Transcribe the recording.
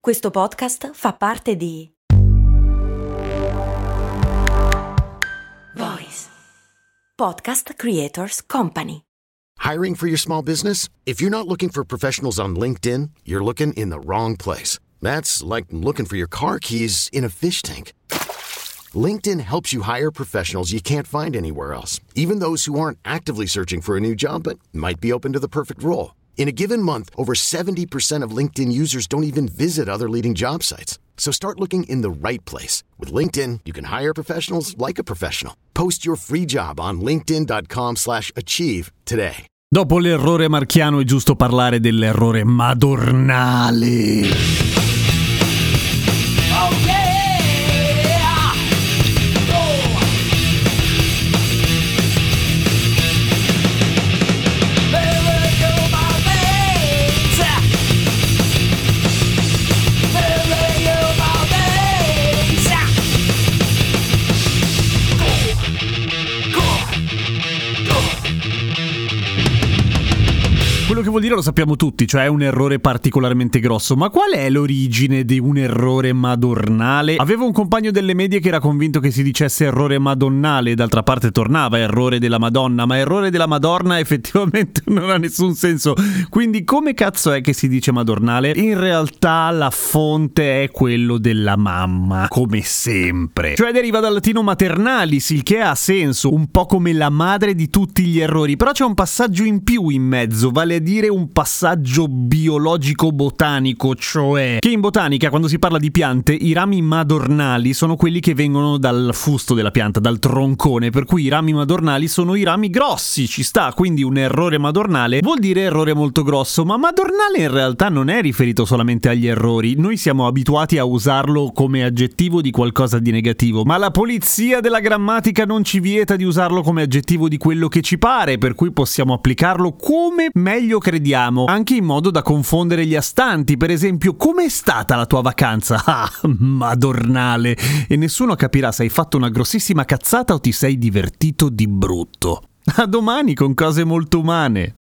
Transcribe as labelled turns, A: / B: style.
A: Questo podcast fa parte di Voice Podcast Creators Company.
B: Hiring for your small business? If you're not looking for professionals on LinkedIn, you're looking in the wrong place. That's like looking for your car keys in a fish tank. LinkedIn helps you hire professionals you can't find anywhere else, even those who aren't actively searching for a new job but might be open to the perfect role. In a given month, over 70% of LinkedIn users don't even visit other leading job sites. So start looking in the right place. With LinkedIn, you can hire professionals like a professional. Post your free job on linkedin.com/achieve today.
C: Dopo l'errore marchiano è giusto parlare dell'errore madornale. Quello che vuol dire lo sappiamo tutti, cioè è un errore particolarmente grosso. Ma qual è l'origine di un errore madornale? Avevo un compagno delle medie che era convinto che si dicesse errore madonnale, d'altra parte tornava errore della Madonna, ma errore della Madonna effettivamente non ha nessun senso. Quindi come cazzo è che si dice madornale? In realtà la fonte è quello della mamma, come sempre. Cioè deriva dal latino maternalis, il che ha senso, un po' come la madre di tutti gli errori. Però c'è un passaggio in più in mezzo, vale a dire un passaggio biologico-botanico, cioè che in botanica quando si parla di piante i rami madornali sono quelli che vengono dal fusto della pianta, dal troncone, per cui i rami madornali sono i rami grossi, ci sta, quindi un errore madornale vuol dire errore molto grosso, ma madornale in realtà non è riferito solamente agli errori, noi siamo abituati a usarlo come aggettivo di qualcosa di negativo, ma la polizia della grammatica non ci vieta di usarlo come aggettivo di quello che ci pare, per cui possiamo applicarlo come meglio crediamo, anche in modo da confondere gli astanti. Per esempio, com'è stata la tua vacanza? Ah, madornale! E nessuno capirà se hai fatto una grossissima cazzata o ti sei divertito di brutto. A domani con cose molto umane.